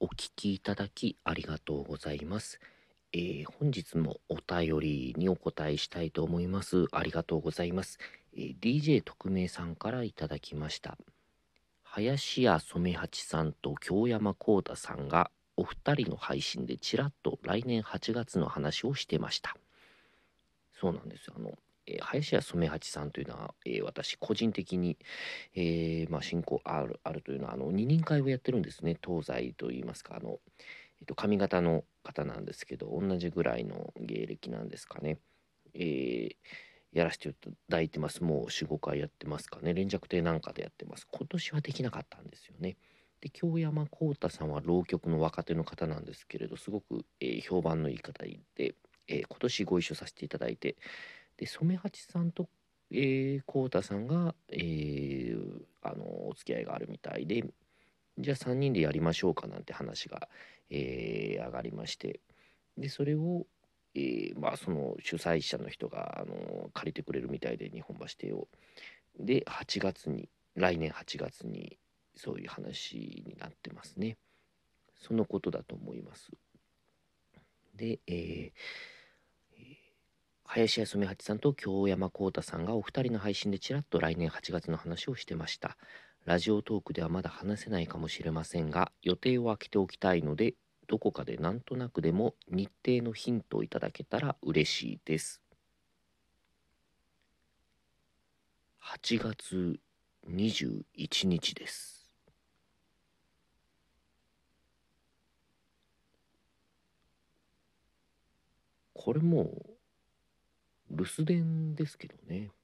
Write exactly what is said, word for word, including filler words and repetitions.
お聞きいただきありがとうございます。えー本日もお便りにお答えしたいと思います。ありがとうございます。えー ディージェー 特命さんからいただきました。林家染八さんと京山幸太さんがお二人の配信でちらっと来年はちがつの話をしてました。そうなんですよ。あの、えー林家染八さんというのは、えー私個人的に、えーまあ、親交あるあるというのはあの二人会をやってるんですね。東西といいますか、あの、えっと、髪型の方なんですけど、同じぐらいの芸歴なんですかね。えーやらせていただいてます。もうよん、ごかいやってますかね。連着亭なんかでやってます。今年はできなかったんですよね。で、京山幸太さんは浪曲の若手の方なんですけれど、すごく、えー評判のいい方で、えー今年ご一緒させていただいて、で、染八さんと、えー、幸太さんが、えーあの、お付き合いがあるみたいで、じゃあさんにんでやりましょうかなんて話が、えー上がりまして、で、それを、えーまあ、その主催者の人が、あの借りてくれるみたいで、日本橋邸を。で、はちがつに、来年はちがつに、そういう話になってますね。そのことだと思います。で、えー林家染八さんと京山幸太さんがお二人の配信でちらっと来年はちがつの話をしてました。ラジオトークではまだ話せないかもしれませんが、予定を空けておきたいので、どこかでなんとなくでも日程のヒントをいただけたら嬉しいです。はちがつにじゅういちにちです。これもう留守電ですけどね。